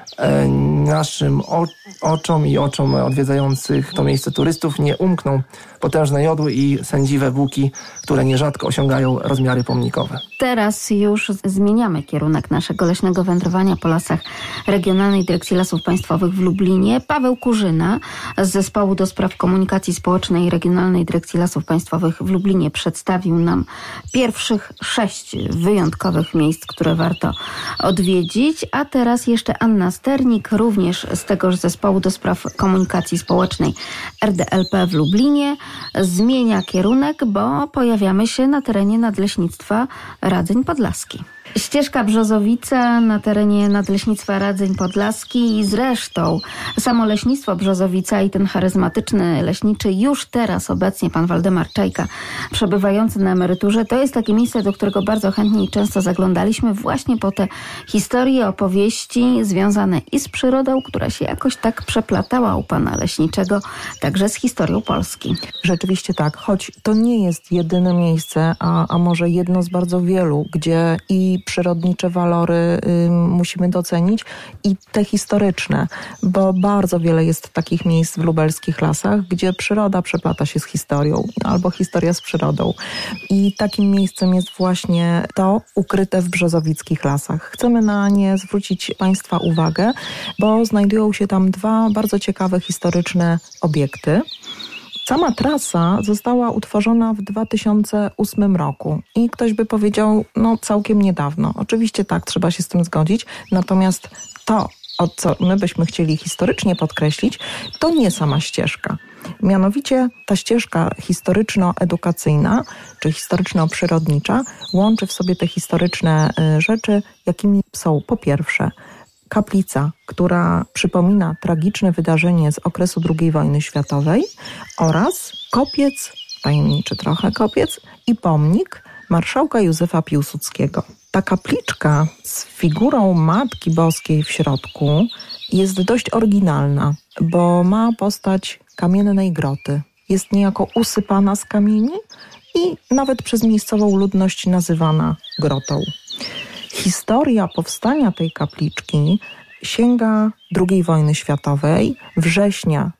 naszym oczom i oczom odwiedzających to miejsce turystów nie umkną potężne jodły i sędziwe buki, które nierzadko osiągają rozmiary pomnikowe. Teraz już zmieniamy kierunek naszego leśnego wędrowania po lasach Regionalnej Dyrekcji Lasów Państwowych w Lublinie. Paweł Kurzyna z Zespołu do Spraw Komunikacji Społecznej Regionalnej Dyrekcji Lasów Państwowych w Lublinie przedstawił nam pierwszych 6 wyjątkowych miejsc, które warto odwiedzić. A teraz jeszcze Anna Sternik, również z tegoż Zespołu do Spraw Komunikacji Społecznej RDLP w Lublinie, zmienia kierunek, bo pojawiamy się na terenie Nadleśnictwa Radzeń Podlaski. Ścieżka Brzozowice na terenie Nadleśnictwa Radzeń Podlaski i zresztą samo Leśnictwo Brzozowica i ten charyzmatyczny leśniczy już teraz obecnie pan Waldemar Czajka, przebywający na emeryturze, to jest takie miejsce, do którego bardzo chętnie i często zaglądaliśmy właśnie po te historie, opowieści związane i z przyrodą, która się jakoś tak przeplatała u pana leśniczego, także z historią Polski. Rzeczywiście tak, choć to nie jest jedyne miejsce, a może jedno z bardzo wielu, gdzie i przyrodnicze walory musimy docenić i te historyczne, bo bardzo wiele jest takich miejsc w lubelskich lasach, gdzie przyroda przeplata się z historią albo historia z przyrodą. I takim miejscem jest właśnie to ukryte w brzozowickich lasach. Chcemy na nie zwrócić Państwa uwagę, bo znajdują się tam 2 bardzo ciekawe historyczne obiekty. Sama trasa została utworzona w 2008 roku i ktoś by powiedział, całkiem niedawno. Oczywiście tak, trzeba się z tym zgodzić, natomiast to, co my byśmy chcieli historycznie podkreślić, to nie sama ścieżka. Mianowicie ta ścieżka historyczno-edukacyjna, czy historyczno-przyrodnicza łączy w sobie te historyczne rzeczy, jakimi są po pierwsze kaplica, która przypomina tragiczne wydarzenie z okresu II wojny światowej oraz kopiec, tajemniczy trochę kopiec i pomnik marszałka Józefa Piłsudskiego. Ta kapliczka z figurą Matki Boskiej w środku jest dość oryginalna, bo ma postać kamiennej groty. Jest niejako usypana z kamieni i nawet przez miejscową ludność nazywana grotą. Historia powstania tej kapliczki sięga II wojny światowej, września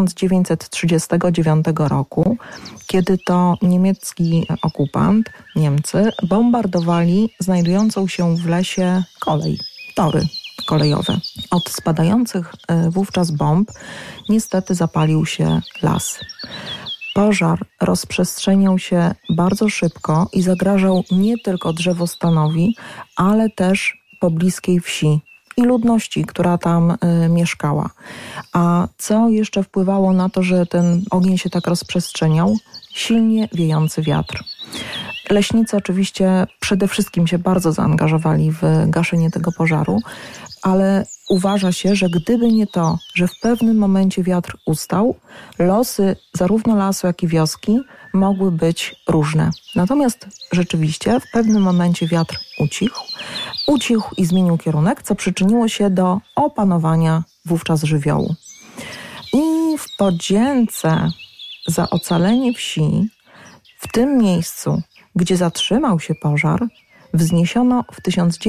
1939 roku, kiedy to niemiecki okupant, Niemcy, bombardowali znajdującą się w lesie kolej, tory kolejowe. Od spadających wówczas bomb niestety zapalił się las. Pożar rozprzestrzeniał się bardzo szybko i zagrażał nie tylko drzewostanowi, ale też pobliskiej wsi i ludności, która tam mieszkała. A co jeszcze wpływało na to, że ten ogień się tak rozprzestrzeniał? Silnie wiejący wiatr. Leśnicy oczywiście przede wszystkim się bardzo zaangażowali w gaszenie tego pożaru, ale uważa się, że gdyby nie to, że w pewnym momencie wiatr ustał, losy zarówno lasu, jak i wioski mogły być różne. Natomiast rzeczywiście w pewnym momencie wiatr ucichł i zmienił kierunek, co przyczyniło się do opanowania wówczas żywiołu. I w podzięce za ocalenie wsi, w tym miejscu, gdzie zatrzymał się pożar, wzniesiono w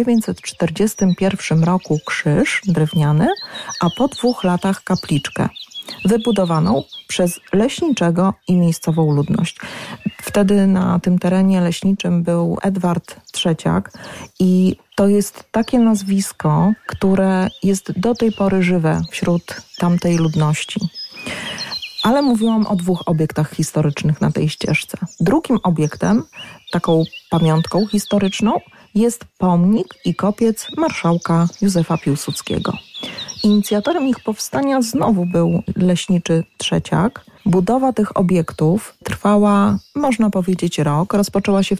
1941 roku krzyż drewniany, a po 2 latach kapliczkę, wybudowaną przez leśniczego i miejscową ludność. Wtedy na tym terenie leśniczym był Edward Trzeciak i to jest takie nazwisko, które jest do tej pory żywe wśród tamtej ludności. Ale mówiłam o 2 obiektach historycznych na tej ścieżce. Drugim obiektem, taką pamiątką historyczną, jest pomnik i kopiec marszałka Józefa Piłsudskiego. Inicjatorem ich powstania znowu był leśniczy Trzeciak. Budowa tych obiektów trwała, można powiedzieć, rok. Rozpoczęła się w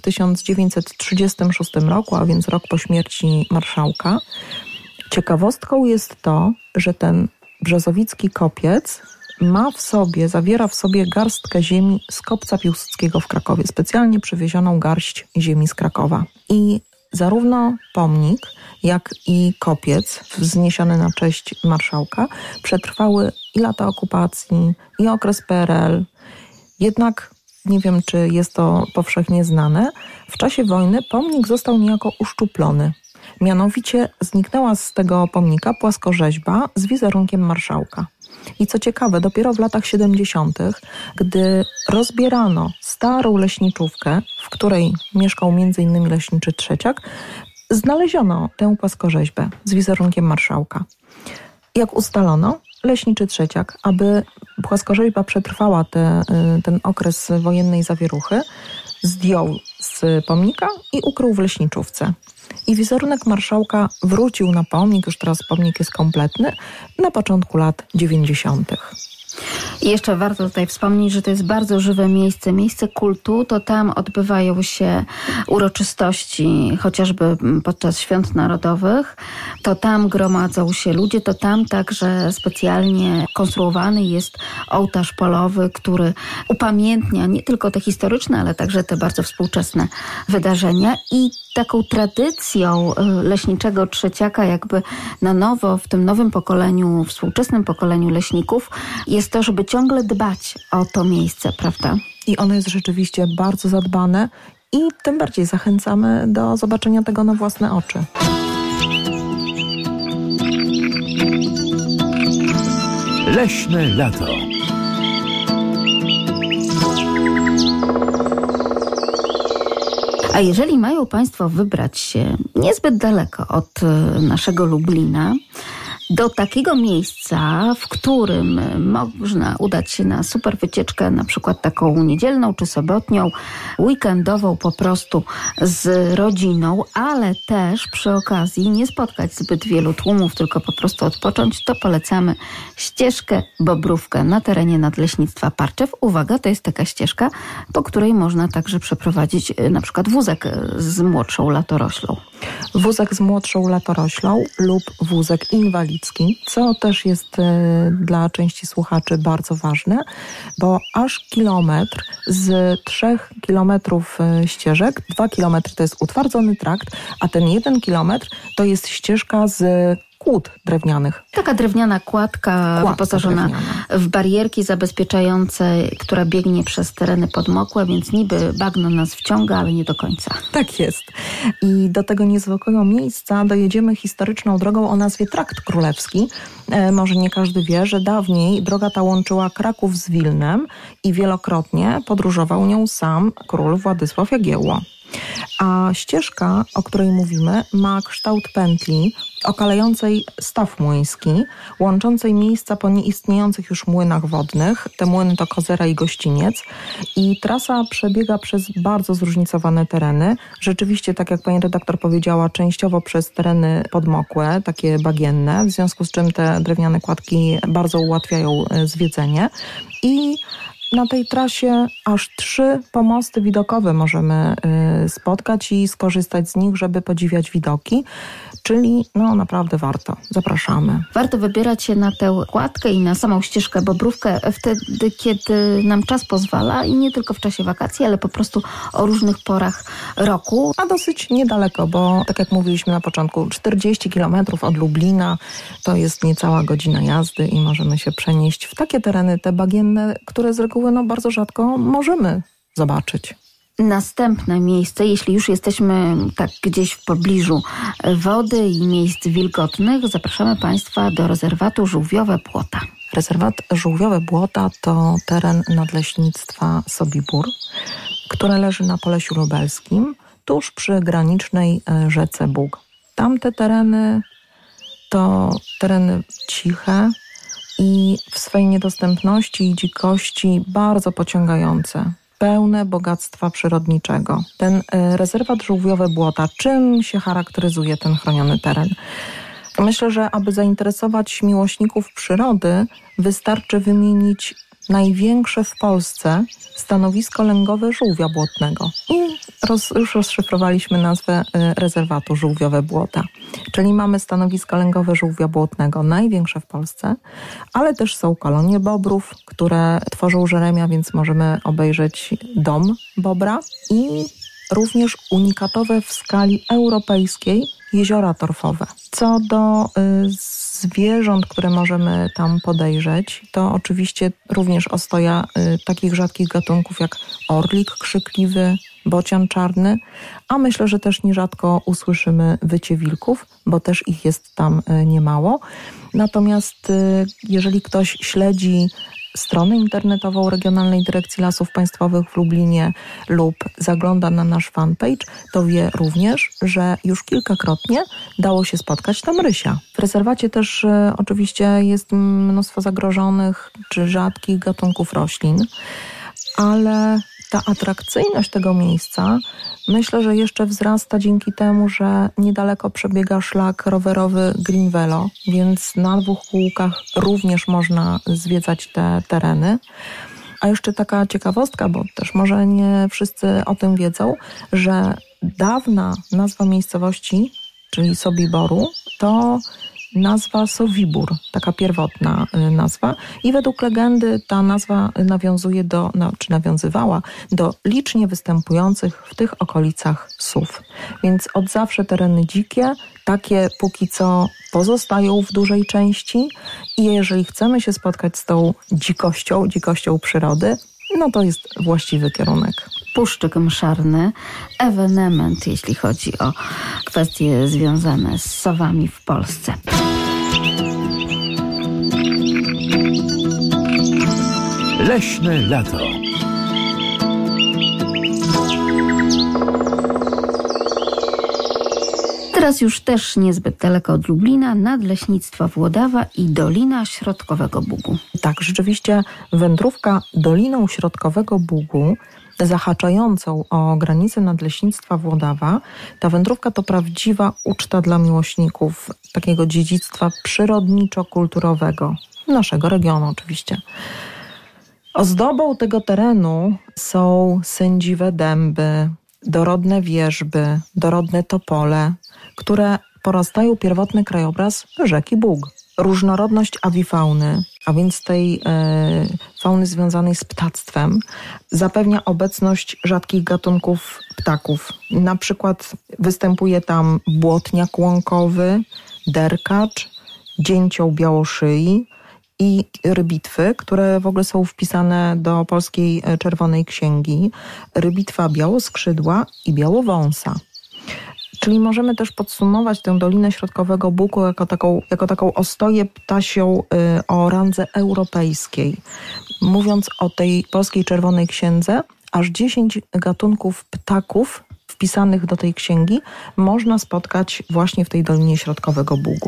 1936 roku, a więc rok po śmierci marszałka. Ciekawostką jest to, że ten brzozowicki kopiec zawiera w sobie garstkę ziemi z kopca Piłsudskiego w Krakowie, specjalnie przywiezioną garść ziemi z Krakowa. I zarówno pomnik, jak i kopiec wzniesiony na cześć marszałka przetrwały i lata okupacji, i okres PRL. Jednak, nie wiem, czy jest to powszechnie znane, w czasie wojny pomnik został niejako uszczuplony. Mianowicie zniknęła z tego pomnika płaskorzeźba z wizerunkiem marszałka. I co ciekawe, dopiero w latach 70., gdy rozbierano starą leśniczówkę, w której mieszkał m.in. leśniczy Trzeciak, znaleziono tę płaskorzeźbę z wizerunkiem marszałka. Jak ustalono, leśniczy Trzeciak, aby płaskorzeźba przetrwała ten okres wojennej zawieruchy, zdjął z pomnika i ukrył w leśniczówce. I wizerunek marszałka wrócił na pomnik, już teraz pomnik jest kompletny, na początku lat 90. I jeszcze warto tutaj wspomnieć, że to jest bardzo żywe miejsce kultu, to tam odbywają się uroczystości, chociażby podczas świąt narodowych, to tam gromadzą się ludzie, to tam także specjalnie konstruowany jest ołtarz polowy, który upamiętnia nie tylko te historyczne, ale także te bardzo współczesne wydarzenia. I taką tradycją leśniczego Trzeciaka jakby na nowo, w tym nowym pokoleniu, współczesnym pokoleniu leśników jest to, żeby ciągle dbać o to miejsce, prawda? I ono jest rzeczywiście bardzo zadbane i tym bardziej zachęcamy do zobaczenia tego na własne oczy. Leśne lato. A jeżeli mają Państwo wybrać się niezbyt daleko od naszego Lublina, do takiego miejsca, w którym można udać się na super wycieczkę, na przykład taką niedzielną czy sobotnią, weekendową po prostu z rodziną, ale też przy okazji nie spotkać zbyt wielu tłumów, tylko po prostu odpocząć, to polecamy ścieżkę Bobrówkę na terenie Nadleśnictwa Parczew. Uwaga, to jest taka ścieżka, po której można także przeprowadzić na przykład wózek z młodszą latoroślą. Wózek z młodszą latoroślą lub wózek inwalidzki, co też jest dla części słuchaczy bardzo ważne, bo aż kilometr z 3 kilometrów ścieżek, 2 kilometry to jest utwardzony trakt, a ten 1 kilometr to jest ścieżka z kłód drewnianych. Taka drewniana kładka wyposażona w barierki zabezpieczające, która biegnie przez tereny podmokłe, więc niby bagno nas wciąga, ale nie do końca. Tak jest. I do tego niezwykłego miejsca dojedziemy historyczną drogą o nazwie Trakt Królewski. Może nie każdy wie, że dawniej droga ta łączyła Kraków z Wilnem i wielokrotnie podróżował nią sam król Władysław Jagiełło. A ścieżka, o której mówimy, ma kształt pętli okalającej staw młyński, łączącej miejsca po nieistniejących już młynach wodnych. Te młyny to Kozera i Gościniec. I trasa przebiega przez bardzo zróżnicowane tereny. Rzeczywiście, tak jak pani redaktor powiedziała, częściowo przez tereny podmokłe, takie bagienne, w związku z czym te drewniane kładki bardzo ułatwiają zwiedzenie. I na tej trasie aż 3 pomosty widokowe możemy spotkać i skorzystać z nich, żeby podziwiać widoki, czyli naprawdę warto. Zapraszamy. Warto wybierać się na tę kładkę i na samą ścieżkę Bobrówkę wtedy, kiedy nam czas pozwala i nie tylko w czasie wakacji, ale po prostu o różnych porach roku. A dosyć niedaleko, bo tak jak mówiliśmy na początku, 40 kilometrów od Lublina to jest niecała godzina jazdy i możemy się przenieść w takie tereny, te bagienne, które z reguły bardzo rzadko możemy zobaczyć. Następne miejsce, jeśli już jesteśmy tak gdzieś w pobliżu wody i miejsc wilgotnych, zapraszamy Państwa do rezerwatu Żółwiowe Błota. Rezerwat Żółwiowe Błota to teren Nadleśnictwa Sobibór, które leży na Polesiu Lubelskim, tuż przy granicznej rzece Bug. Tamte tereny to tereny ciche i w swej niedostępności i dzikości bardzo pociągające. pełne bogactwa przyrodniczego. Ten rezerwat Żółwiowe Błota, czym się charakteryzuje ten chroniony teren? Myślę, że aby zainteresować miłośników przyrody, wystarczy wymienić największe w Polsce stanowisko lęgowe żółwia błotnego. I już rozszyfrowaliśmy nazwę rezerwatu Żółwiowe Błota. Czyli mamy stanowisko lęgowe żółwia błotnego, największe w Polsce, ale też są kolonie bobrów, które tworzą Żeremia, więc możemy obejrzeć dom bobra i również unikatowe w skali europejskiej jeziora torfowe. Co do zwierząt, które możemy tam podejrzeć, to oczywiście również ostoja takich rzadkich gatunków jak orlik krzykliwy, bocian czarny, a myślę, że też nierzadko usłyszymy wycie wilków, bo też ich jest tam niemało. Natomiast jeżeli ktoś śledzi stronę internetową Regionalnej Dyrekcji Lasów Państwowych w Lublinie lub zagląda na nasz fanpage, to wie również, że już kilkakrotnie dało się spotkać tam rysia. W rezerwacie też oczywiście jest mnóstwo zagrożonych czy rzadkich gatunków roślin, ale ta atrakcyjność tego miejsca myślę, że jeszcze wzrasta dzięki temu, że niedaleko przebiega szlak rowerowy Green Velo, więc na 2 kółkach również można zwiedzać te tereny. A jeszcze taka ciekawostka, bo też może nie wszyscy o tym wiedzą, że dawna nazwa miejscowości, czyli Sobiboru, to nazwa Sowibór, taka pierwotna nazwa. I według legendy ta nazwa nawiązywała do licznie występujących w tych okolicach sów. Więc od zawsze tereny dzikie, takie póki co pozostają w dużej części i jeżeli chcemy się spotkać z tą dzikością przyrody, no to jest właściwy kierunek. Puszczyk Mszarny, ewenement, jeśli chodzi o kwestie związane z sowami w Polsce. Leśne lato. Teraz już też niezbyt daleko od Lublina, Nadleśnictwo Włodawa i Dolina Środkowego Bugu. Tak, rzeczywiście wędrówka Doliną Środkowego Bugu, zahaczającą o granicę Nadleśnictwa Włodawa, ta wędrówka to prawdziwa uczta dla miłośników takiego dziedzictwa przyrodniczo-kulturowego naszego regionu oczywiście. Ozdobą tego terenu są sędziwe dęby, dorodne wierzby, dorodne topole, które porastają pierwotny krajobraz rzeki Bug. Różnorodność awifauny, a więc tej fauny związanej z ptactwem, zapewnia obecność rzadkich gatunków ptaków. Na przykład występuje tam błotniak łąkowy, derkacz, dzięcioł białoszyi i rybitwy, które w ogóle są wpisane do Polskiej Czerwonej Księgi, rybitwa białoskrzydła i białowąsa. Czyli możemy też podsumować tę Dolinę Środkowego Bugu jako taką ostoję ptasią o randze europejskiej. Mówiąc o tej Polskiej Czerwonej Księdze, aż 10 gatunków ptaków wpisanych do tej księgi można spotkać właśnie w tej Dolinie Środkowego Bugu.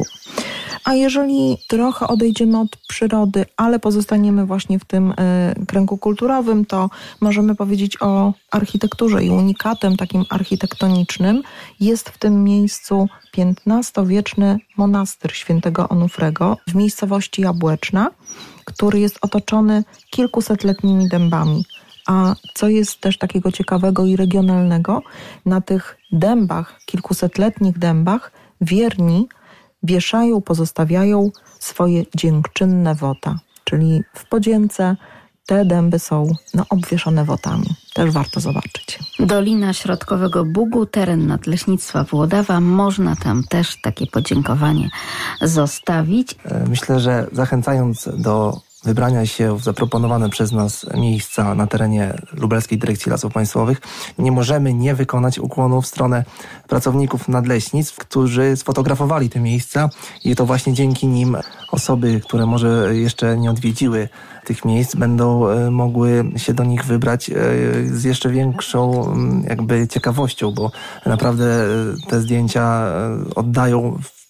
A jeżeli trochę odejdziemy od przyrody, ale pozostaniemy właśnie w tym kręgu kulturowym, to możemy powiedzieć o architekturze i unikatem takim architektonicznym jest w tym miejscu XV-wieczny monastyr świętego Onufrego w miejscowości Jabłeczna, który jest otoczony kilkusetletnimi dębami. A co jest też takiego ciekawego i regionalnego, na tych dębach, kilkusetletnich dębach, wierni wieszają, pozostawiają swoje dziękczynne wota. Czyli w podzięce te dęby są obwieszone wotami. Też warto zobaczyć. Dolina Środkowego Bugu, teren Nadleśnictwa Włodawa. Można tam też takie podziękowanie zostawić. Myślę, że zachęcając do wybrania się w zaproponowane przez nas miejsca na terenie Lubelskiej Dyrekcji Lasów Państwowych, nie możemy nie wykonać ukłonu w stronę pracowników nadleśnictw, którzy sfotografowali te miejsca i to właśnie dzięki nim osoby, które może jeszcze nie odwiedziły tych miejsc, będą mogły się do nich wybrać z jeszcze większą jakby ciekawością, bo naprawdę te zdjęcia oddają w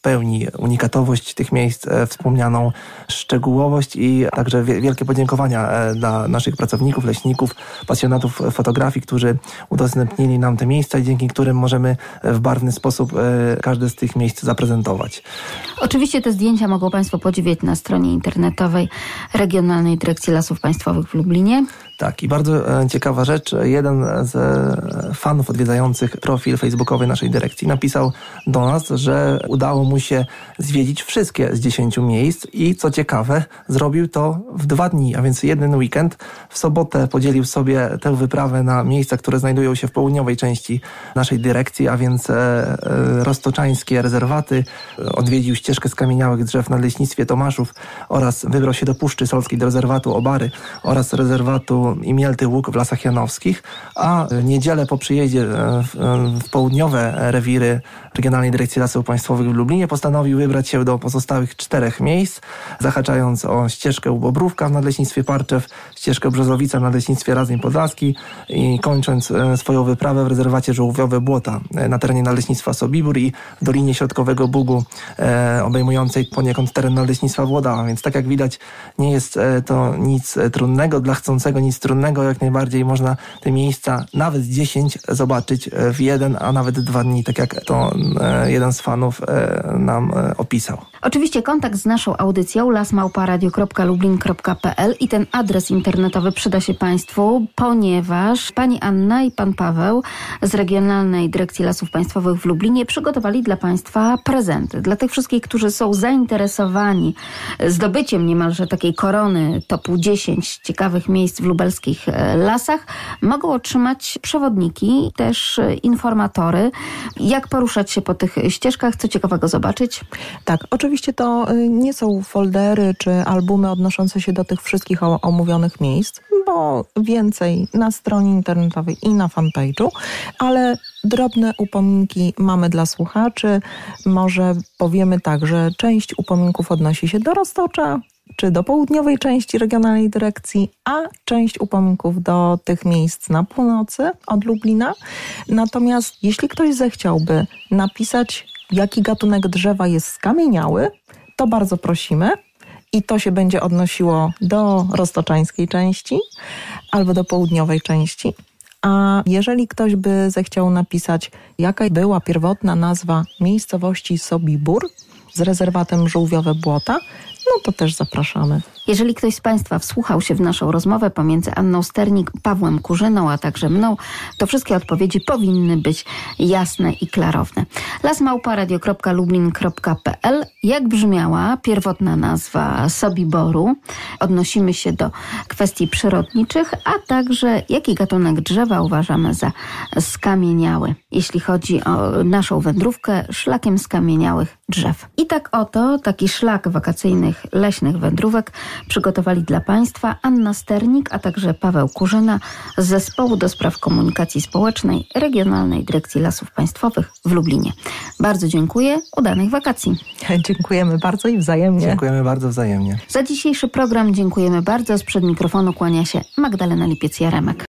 pełni unikatowość tych miejsc, wspomnianą szczegółowość i także wielkie podziękowania dla naszych pracowników, leśników, pasjonatów fotografii, którzy udostępnili nam te miejsca i dzięki którym możemy w barwny sposób każde z tych miejsc zaprezentować. Oczywiście te zdjęcia mogą Państwo podziwiać na stronie internetowej Regionalnej Dyrekcji Lasów Państwowych w Lublinie. Tak, i bardzo ciekawa rzecz. Jeden z fanów odwiedzających profil facebookowy naszej dyrekcji napisał do nas, że udało mu się zwiedzić wszystkie z 10 miejsc i co ciekawe, zrobił to w 2 dni, a więc jeden weekend. W sobotę podzielił sobie tę wyprawę na miejsca, które znajdują się w południowej części naszej dyrekcji, a więc roztoczańskie rezerwaty. Odwiedził ścieżkę skamieniałych drzew na Leśnictwie Tomaszów oraz wybrał się do Puszczy Solskiej, do rezerwatu Obary oraz rezerwatu Imielty Łuk w Lasach Janowskich, a niedzielę po przyjeździe w południowe rewiry Regionalnej Dyrekcji Lasów Państwowych w Lublinie postanowił wybrać się do pozostałych 4 miejsc, zahaczając o ścieżkę u Bobrówka w Nadleśnictwie Parczew, ścieżkę Brzozowica w Nadleśnictwie Radzeń Podlaski i kończąc swoją wyprawę w rezerwacie Żółwiowe Błota na terenie Nadleśnictwa Sobibór i w Dolinie Środkowego Bugu obejmującej poniekąd teren Nadleśnictwa Włodawa. Więc tak jak widać, nie jest to nic trudnego, dla chcącego nic trudnego, jak najbardziej można te miejsca nawet 10 zobaczyć w 1, a nawet 2 dni, tak jak to jeden z fanów nam opisał. Oczywiście kontakt z naszą audycją lasmałparadio.lublin.pl i ten adres internetowy przyda się Państwu, ponieważ pani Anna i pan Paweł z Regionalnej Dyrekcji Lasów Państwowych w Lublinie przygotowali dla Państwa prezenty. Dla tych wszystkich, którzy są zainteresowani zdobyciem niemalże takiej korony topu 10 ciekawych miejsc w lubelskich lasach, mogą otrzymać przewodniki, też informatory, jak poruszać się po tych ścieżkach, co ciekawego zobaczyć. Tak, oczywiście to nie są foldery czy albumy odnoszące się do tych wszystkich omówionych miejsc, bo więcej na stronie internetowej i na fanpage'u, ale drobne upominki mamy dla słuchaczy. Może powiemy tak, że część upominków odnosi się do Roztocza, czy do południowej części Regionalnej Dyrekcji, a część upominków do tych miejsc na północy od Lublina. Natomiast jeśli ktoś zechciałby napisać, jaki gatunek drzewa jest skamieniały, to bardzo prosimy i to się będzie odnosiło do roztoczańskiej części albo do południowej części. A jeżeli ktoś by zechciał napisać, jaka była pierwotna nazwa miejscowości Sobibór z rezerwatem Żółwiowe Błota, no to też zapraszamy. Jeżeli ktoś z Państwa wsłuchał się w naszą rozmowę pomiędzy Anną Sternik, Pawłem Kurzyną, a także mną, to wszystkie odpowiedzi powinny być jasne i klarowne. lasmałparadio.lublin.pl. Jak brzmiała pierwotna nazwa Sobiboru? Odnosimy się do kwestii przyrodniczych, a także jaki gatunek drzewa uważamy za skamieniały, jeśli chodzi o naszą wędrówkę szlakiem skamieniałych drzew. I tak oto taki szlak wakacyjnych leśnych wędrówek przygotowali dla Państwa Anna Sternik, a także Paweł Kurzyna z Zespołu do Spraw Komunikacji Społecznej Regionalnej Dyrekcji Lasów Państwowych w Lublinie. Bardzo dziękuję. Udanych wakacji. Dziękujemy bardzo i wzajemnie. Dziękujemy bardzo wzajemnie. Za dzisiejszy program dziękujemy bardzo. Sprzed mikrofonu kłania się Magdalena Lipiec-Jaremek.